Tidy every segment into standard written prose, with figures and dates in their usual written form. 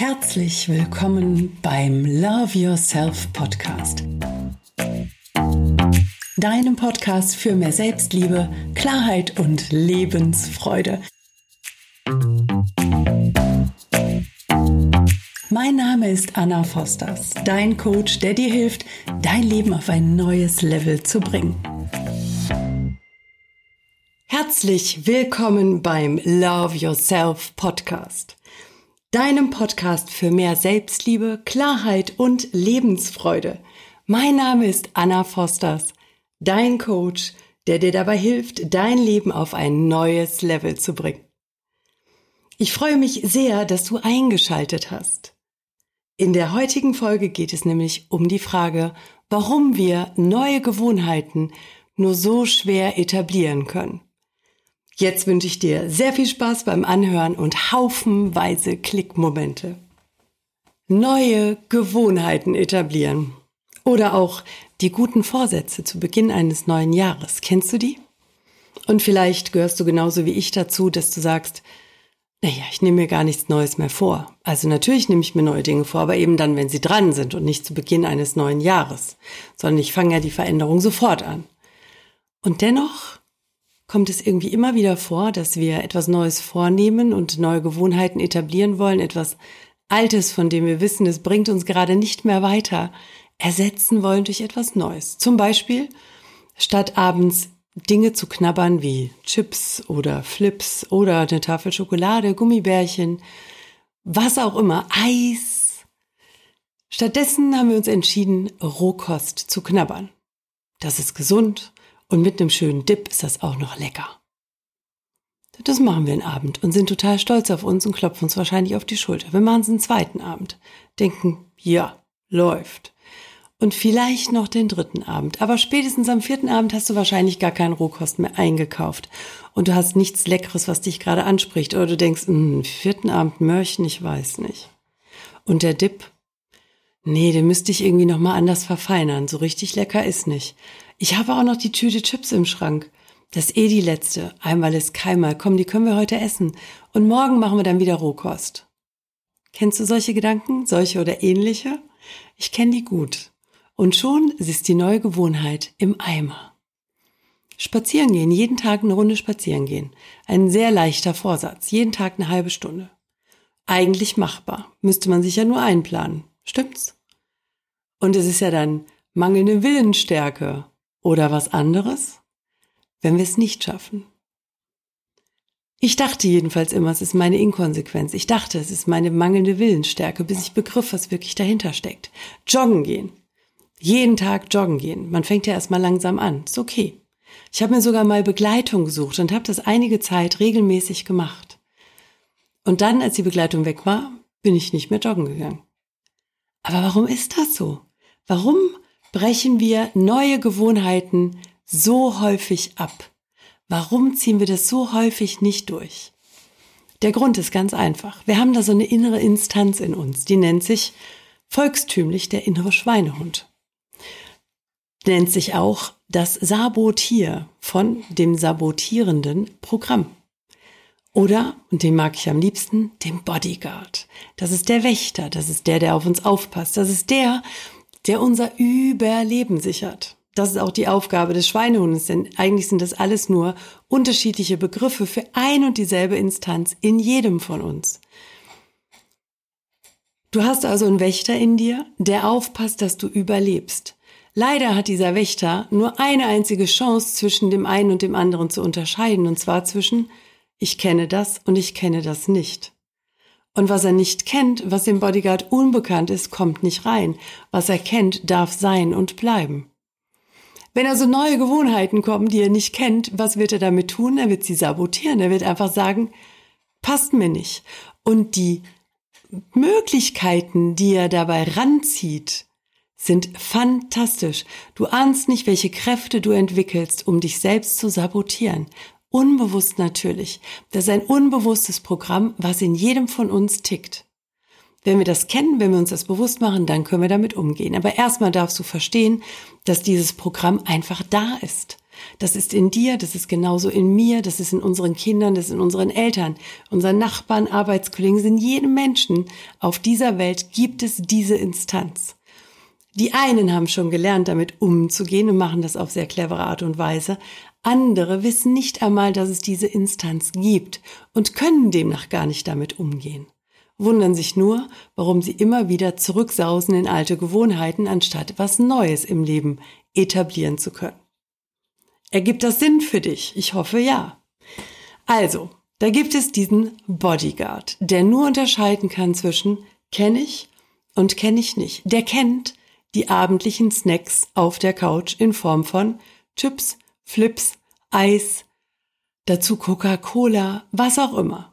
Herzlich willkommen beim Love Yourself Podcast. Deinem Podcast für mehr Selbstliebe, Klarheit und Lebensfreude. Mein Name ist Anna Fosters, dein Coach, der dir hilft, dein Leben auf ein neues Level zu bringen. Herzlich willkommen beim Love Yourself Podcast. Deinem Podcast für mehr Selbstliebe, Klarheit und Lebensfreude. Mein Name ist Anna Fosters, dein Coach, der dir dabei hilft, dein Leben auf ein neues Level zu bringen. Ich freue mich sehr, dass du eingeschaltet hast. In der heutigen Folge geht es nämlich um die Frage, warum wir neue Gewohnheiten nur so schwer etablieren können. Jetzt wünsche ich dir sehr viel Spaß beim Anhören und haufenweise Klickmomente. Neue Gewohnheiten etablieren. Oder auch die guten Vorsätze zu Beginn eines neuen Jahres. Kennst du die? Und vielleicht gehörst du genauso wie ich dazu, dass du sagst, naja, ich nehme mir gar nichts Neues mehr vor. Also natürlich nehme ich mir neue Dinge vor, aber eben dann, wenn sie dran sind und nicht zu Beginn eines neuen Jahres. Sondern ich fange ja die Veränderung sofort an. Und dennoch kommt es irgendwie immer wieder vor, dass wir etwas Neues vornehmen und neue Gewohnheiten etablieren wollen, etwas Altes, von dem wir wissen, es bringt uns gerade nicht mehr weiter, ersetzen wollen durch etwas Neues. Zum Beispiel, statt abends Dinge zu knabbern wie Chips oder Flips oder eine Tafel Schokolade, Gummibärchen, was auch immer, Eis. Stattdessen haben wir uns entschieden, Rohkost zu knabbern. Das ist gesund. Und mit einem schönen Dip ist das auch noch lecker. Das machen wir einen Abend und sind total stolz auf uns und klopfen uns wahrscheinlich auf die Schulter. Wir machen es einen zweiten Abend, denken, ja, läuft. Und vielleicht noch den dritten Abend. Aber spätestens am vierten Abend hast du wahrscheinlich gar keinen Rohkost mehr eingekauft. Und du hast nichts Leckeres, was dich gerade anspricht. Oder du denkst, vierten Abend Möhrchen, ich weiß nicht. Und der Dip? Nee, den müsste ich irgendwie nochmal anders verfeinern. So richtig lecker ist nicht. Ich habe auch noch die Tüte Chips im Schrank. Das ist die letzte. Einmal ist keinmal. Komm, die können wir heute essen. Und morgen machen wir dann wieder Rohkost. Kennst du solche Gedanken? Solche oder ähnliche? Ich kenne die gut. Und schon ist die neue Gewohnheit im Eimer. Spazieren gehen, jeden Tag eine Runde spazieren gehen. Ein sehr leichter Vorsatz. Jeden Tag eine halbe Stunde. Eigentlich machbar. Müsste man sich ja nur einplanen. Stimmt's? Und es ist ja dann mangelnde Willensstärke. Oder was anderes, wenn wir es nicht schaffen. Ich dachte jedenfalls immer, es ist meine Inkonsequenz. Ich dachte, es ist meine mangelnde Willensstärke, bis ich begriff, was wirklich dahinter steckt. Joggen gehen. Jeden Tag joggen gehen. Man fängt ja erstmal langsam an. Ist okay. Ich habe mir sogar mal Begleitung gesucht und habe das einige Zeit regelmäßig gemacht. Und dann, als die Begleitung weg war, bin ich nicht mehr joggen gegangen. Aber warum ist das so? Warum brechen wir neue Gewohnheiten so häufig ab? Warum ziehen wir das so häufig nicht durch? Der Grund ist ganz einfach. Wir haben da so eine innere Instanz in uns, die nennt sich volkstümlich der innere Schweinehund. Nennt sich auch das Sabotier von dem sabotierenden Programm. Oder, und den mag ich am liebsten, den Bodyguard. Das ist der Wächter, das ist der auf uns aufpasst, das ist der unser Überleben sichert. Das ist auch die Aufgabe des Schweinehundes, denn eigentlich sind das alles nur unterschiedliche Begriffe für ein und dieselbe Instanz in jedem von uns. Du hast also einen Wächter in dir, der aufpasst, dass du überlebst. Leider hat dieser Wächter nur eine einzige Chance, zwischen dem einen und dem anderen zu unterscheiden, und zwar zwischen ich kenne das und ich kenne das nicht. Und was er nicht kennt, was dem Bodyguard unbekannt ist, kommt nicht rein. Was er kennt, darf sein und bleiben. Wenn also neue Gewohnheiten kommen, die er nicht kennt, was wird er damit tun? Er wird sie sabotieren. Er wird einfach sagen, passt mir nicht. Und die Möglichkeiten, die er dabei ranzieht, sind fantastisch. Du ahnst nicht, welche Kräfte du entwickelst, um dich selbst zu sabotieren. Unbewusst natürlich. Das ist ein unbewusstes Programm, was in jedem von uns tickt. Wenn wir das kennen, wenn wir uns das bewusst machen, dann können wir damit umgehen. Aber erstmal darfst du verstehen, dass dieses Programm einfach da ist. Das ist in dir, das ist genauso in mir, das ist in unseren Kindern, das ist in unseren Eltern, unseren Nachbarn, Arbeitskollegen, in jedem Menschen auf dieser Welt gibt es diese Instanz. Die einen haben schon gelernt, damit umzugehen und machen das auf sehr clevere Art und Weise. Andere wissen nicht einmal, dass es diese Instanz gibt und können demnach gar nicht damit umgehen. Wundern sich nur, warum sie immer wieder zurücksausen in alte Gewohnheiten, anstatt etwas Neues im Leben etablieren zu können. Ergibt das Sinn für dich? Ich hoffe ja. Also, da gibt es diesen Bodyguard, der nur unterscheiden kann zwischen kenne ich und kenne ich nicht. Der kennt die abendlichen Snacks auf der Couch in Form von Chips, Flips, Eis, dazu Coca-Cola, was auch immer.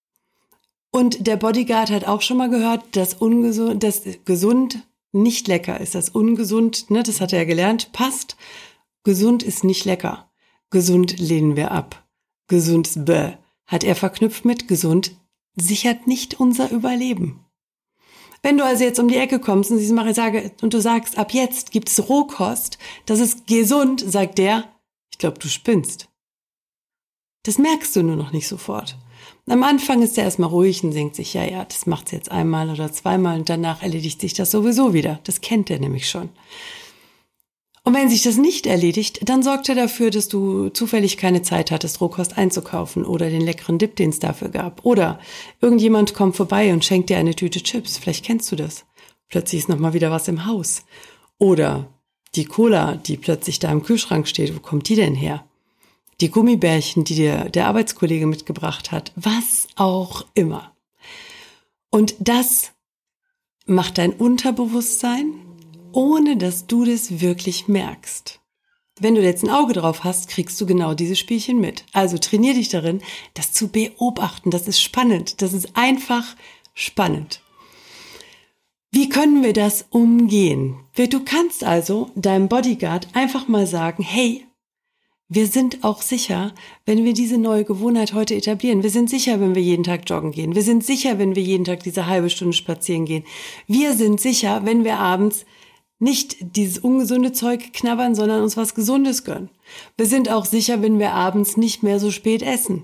Und der Bodyguard hat auch schon mal gehört, dass gesund nicht lecker ist. Das ungesund, ne, das hat er ja gelernt, passt. Gesund ist nicht lecker. Gesund lehnen wir ab. Gesund ist bäh. Hat er verknüpft mit gesund sichert nicht unser Überleben. Wenn du also jetzt um die Ecke kommst und du sagst, ab jetzt gibt es Rohkost, das ist gesund, sagt der, ich glaube, du spinnst. Das merkst du nur noch nicht sofort. Am Anfang ist er erstmal ruhig und denkt sich, ja, das macht's jetzt einmal oder zweimal und danach erledigt sich das sowieso wieder. Das kennt er nämlich schon. Und wenn sich das nicht erledigt, dann sorgt er dafür, dass du zufällig keine Zeit hattest, Rohkost einzukaufen oder den leckeren Dip, den es dafür gab. Oder irgendjemand kommt vorbei und schenkt dir eine Tüte Chips. Vielleicht kennst du das. Plötzlich ist nochmal wieder was im Haus. Oder die Cola, die plötzlich da im Kühlschrank steht. Wo kommt die denn her? Die Gummibärchen, die dir der Arbeitskollege mitgebracht hat. Was auch immer. Und das macht dein Unterbewusstsein, ohne dass du das wirklich merkst. Wenn du jetzt ein Auge drauf hast, kriegst du genau diese Spielchen mit. Also trainier dich darin, das zu beobachten. Das ist spannend. Das ist einfach spannend. Wie können wir das umgehen? Du kannst also deinem Bodyguard einfach mal sagen, hey, wir sind auch sicher, wenn wir diese neue Gewohnheit heute etablieren. Wir sind sicher, wenn wir jeden Tag joggen gehen. Wir sind sicher, wenn wir jeden Tag diese halbe Stunde spazieren gehen. Wir sind sicher, wenn wir abends nicht dieses ungesunde Zeug knabbern, sondern uns was Gesundes gönnen. Wir sind auch sicher, wenn wir abends nicht mehr so spät essen.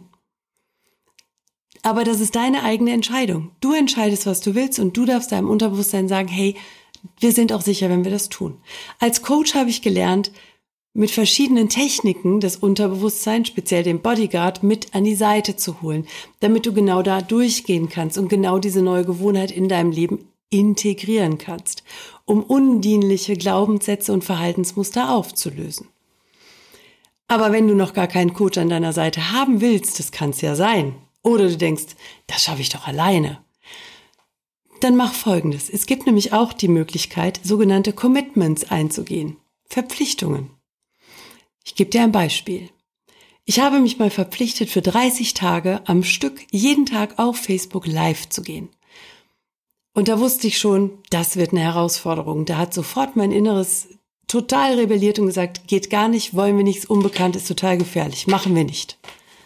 Aber das ist deine eigene Entscheidung. Du entscheidest, was du willst und du darfst deinem Unterbewusstsein sagen, hey, wir sind auch sicher, wenn wir das tun. Als Coach habe ich gelernt, mit verschiedenen Techniken das Unterbewusstsein, speziell den Bodyguard, mit an die Seite zu holen, damit du genau da durchgehen kannst und genau diese neue Gewohnheit in deinem Leben integrieren kannst, um undienliche Glaubenssätze und Verhaltensmuster aufzulösen. Aber wenn du noch gar keinen Coach an deiner Seite haben willst, das kann es ja sein, oder du denkst, das schaffe ich doch alleine, dann mach Folgendes. Es gibt nämlich auch die Möglichkeit, sogenannte Commitments einzugehen, Verpflichtungen. Ich gebe dir ein Beispiel. Ich habe mich mal verpflichtet, für 30 Tage am Stück jeden Tag auf Facebook live zu gehen. Und da wusste ich schon, das wird eine Herausforderung. Da hat sofort mein Inneres total rebelliert und gesagt, geht gar nicht, wollen wir nichts, unbekannt, ist total gefährlich, machen wir nicht.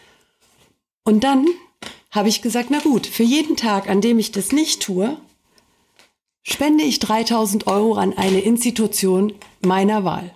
Und dann habe ich gesagt, na gut, für jeden Tag, an dem ich das nicht tue, spende ich 3.000 € an eine Institution meiner Wahl.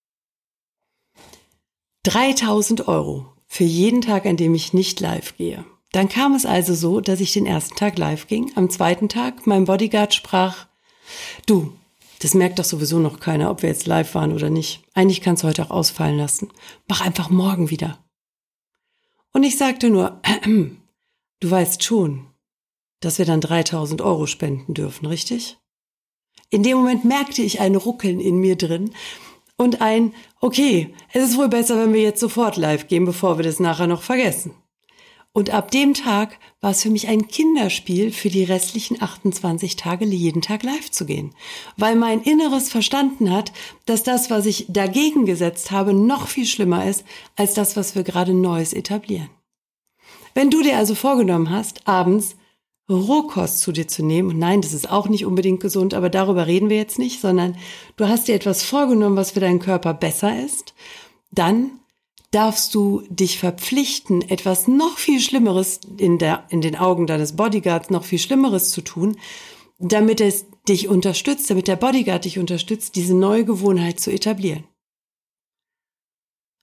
3.000 € für jeden Tag, an dem ich nicht live gehe. Dann kam es also so, dass ich den ersten Tag live ging. Am zweiten Tag mein Bodyguard sprach, du, das merkt doch sowieso noch keiner, ob wir jetzt live waren oder nicht. Eigentlich kannst du heute auch ausfallen lassen. Mach einfach morgen wieder. Und ich sagte nur, du weißt schon, dass wir dann 3.000 € spenden dürfen, richtig? In dem Moment merkte ich ein Ruckeln in mir drin und okay, es ist wohl besser, wenn wir jetzt sofort live gehen, bevor wir das nachher noch vergessen. Und ab dem Tag war es für mich ein Kinderspiel, für die restlichen 28 Tage jeden Tag live zu gehen. Weil mein Inneres verstanden hat, dass das, was ich dagegen gesetzt habe, noch viel schlimmer ist, als das, was wir gerade Neues etablieren. Wenn du dir also vorgenommen hast, abends Rohkost zu dir zu nehmen, und nein, das ist auch nicht unbedingt gesund, aber darüber reden wir jetzt nicht, sondern du hast dir etwas vorgenommen, was für deinen Körper besser ist, dann darfst du dich verpflichten, etwas noch viel Schlimmeres in den Augen deines Bodyguards noch viel Schlimmeres zu tun, damit es dich unterstützt, damit der Bodyguard dich unterstützt, diese neue Gewohnheit zu etablieren.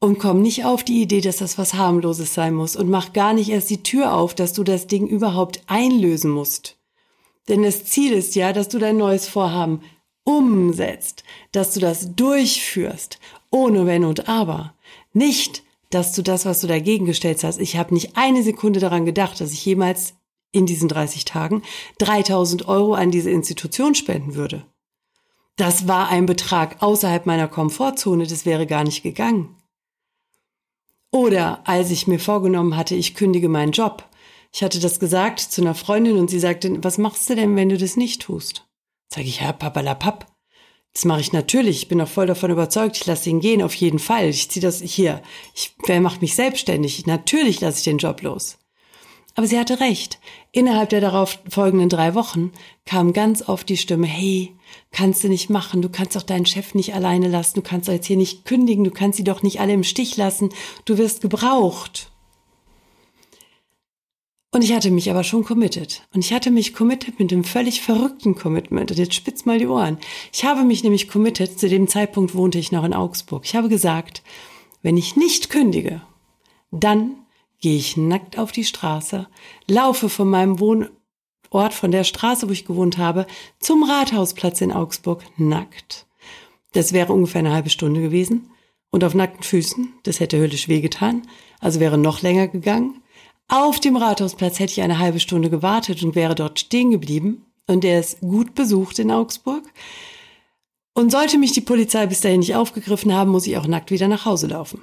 Und komm nicht auf die Idee, dass das was Harmloses sein muss und mach gar nicht erst die Tür auf, dass du das Ding überhaupt einlösen musst. Denn das Ziel ist ja, dass du dein neues Vorhaben umsetzt, dass du das durchführst, ohne Wenn und Aber. Nicht, dass du das, was du dagegen gestellt hast, ich habe nicht eine Sekunde daran gedacht, dass ich jemals in diesen 30 Tagen 3.000 € an diese Institution spenden würde. Das war ein Betrag außerhalb meiner Komfortzone, das wäre gar nicht gegangen. Oder als ich mir vorgenommen hatte, ich kündige meinen Job. Ich hatte das gesagt zu einer Freundin und sie sagte, was machst du denn, wenn du das nicht tust? Sag ich, ja, papalapap. Das mache ich natürlich. Ich bin auch voll davon überzeugt, ich lasse ihn gehen, auf jeden Fall. Ich ziehe das hier. Wer macht mich selbstständig? Natürlich lasse ich den Job los. Aber sie hatte recht. Innerhalb der darauf folgenden 3 Wochen kam ganz oft die Stimme, hey, kannst du nicht machen, du kannst doch deinen Chef nicht alleine lassen, du kannst doch jetzt hier nicht kündigen, du kannst sie doch nicht alle im Stich lassen, du wirst gebraucht. Und ich hatte mich aber schon committed. Und ich hatte mich committed mit einem völlig verrückten Commitment. Und jetzt spitz mal die Ohren. Ich habe mich nämlich committed, zu dem Zeitpunkt wohnte ich noch in Augsburg. Ich habe gesagt, wenn ich nicht kündige, dann gehe ich nackt auf die Straße, laufe von meinem Wohnort, von der Straße, wo ich gewohnt habe, zum Rathausplatz in Augsburg nackt. Das wäre ungefähr eine halbe Stunde gewesen. Und auf nackten Füßen, das hätte höllisch wehgetan, also wäre noch länger gegangen. Auf dem Rathausplatz hätte ich eine halbe Stunde gewartet und wäre dort stehen geblieben. Und der ist gut besucht in Augsburg. Und sollte mich die Polizei bis dahin nicht aufgegriffen haben, muss ich auch nackt wieder nach Hause laufen.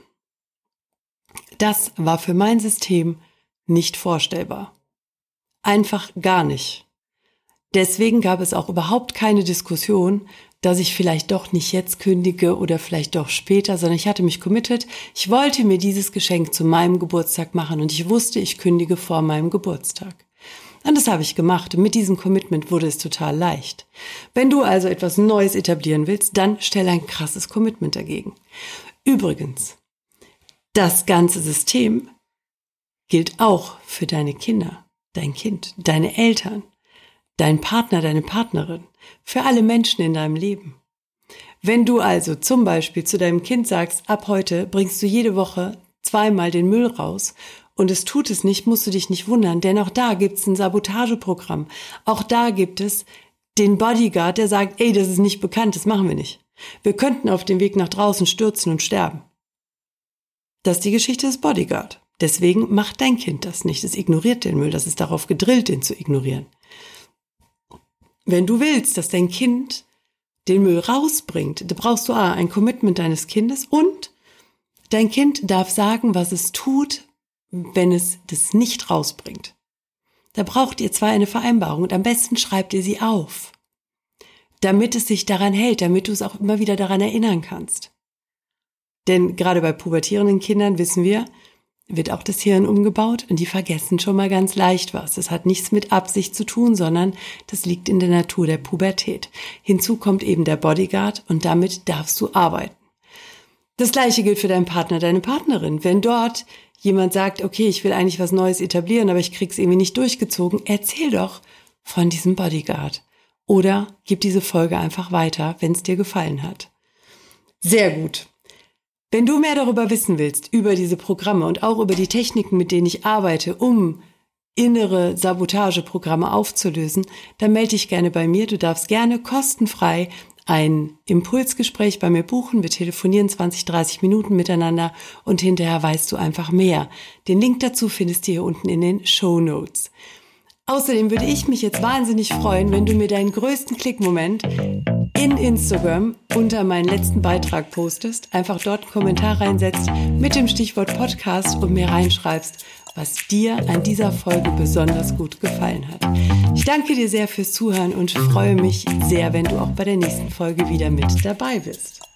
Das war für mein System nicht vorstellbar. Einfach gar nicht. Deswegen gab es auch überhaupt keine Diskussion, dass ich vielleicht doch nicht jetzt kündige oder vielleicht doch später, sondern ich hatte mich committed. Ich wollte mir dieses Geschenk zu meinem Geburtstag machen und ich wusste, ich kündige vor meinem Geburtstag. Und das habe ich gemacht und mit diesem Commitment wurde es total leicht. Wenn du also etwas Neues etablieren willst, dann stell ein krasses Commitment dagegen. Übrigens, das ganze System gilt auch für deine Kinder, dein Kind, deine Eltern, dein Partner, deine Partnerin, für alle Menschen in deinem Leben. Wenn du also zum Beispiel zu deinem Kind sagst, ab heute bringst du jede Woche 2-mal den Müll raus und es tut es nicht, musst du dich nicht wundern, denn auch da gibt es ein Sabotageprogramm. Auch da gibt es den Bodyguard, der sagt, ey, das ist nicht bekannt, das machen wir nicht. Wir könnten auf dem Weg nach draußen stürzen und sterben. Das ist die Geschichte des Bodyguard. Deswegen macht dein Kind das nicht. Es ignoriert den Müll. Das ist darauf gedrillt, den zu ignorieren. Wenn du willst, dass dein Kind den Müll rausbringt, da brauchst du ein Commitment deines Kindes und dein Kind darf sagen, was es tut, wenn es das nicht rausbringt. Da braucht ihr zwar eine Vereinbarung und am besten schreibt ihr sie auf, damit es sich daran hält, damit du es auch immer wieder daran erinnern kannst. Denn gerade bei pubertierenden Kindern, wissen wir, wird auch das Hirn umgebaut und die vergessen schon mal ganz leicht was. Das hat nichts mit Absicht zu tun, sondern das liegt in der Natur der Pubertät. Hinzu kommt eben der Bodyguard und damit darfst du arbeiten. Das Gleiche gilt für deinen Partner, deine Partnerin. Wenn dort jemand sagt, okay, ich will eigentlich was Neues etablieren, aber ich krieg's irgendwie nicht durchgezogen, erzähl doch von diesem Bodyguard. Oder gib diese Folge einfach weiter, wenn es dir gefallen hat. Sehr gut. Wenn du mehr darüber wissen willst, über diese Programme und auch über die Techniken, mit denen ich arbeite, um innere Sabotageprogramme aufzulösen, dann melde dich gerne bei mir. Du darfst gerne kostenfrei ein Impulsgespräch bei mir buchen. Wir telefonieren 20-30 Minuten miteinander und hinterher weißt du einfach mehr. Den Link dazu findest du hier unten in den Shownotes. Außerdem würde ich mich jetzt wahnsinnig freuen, wenn du mir deinen größten Klickmoment in Instagram unter meinen letzten Beitrag postest, einfach dort einen Kommentar reinsetzt mit dem Stichwort Podcast und mir reinschreibst, was dir an dieser Folge besonders gut gefallen hat. Ich danke dir sehr fürs Zuhören und freue mich sehr, wenn du auch bei der nächsten Folge wieder mit dabei bist.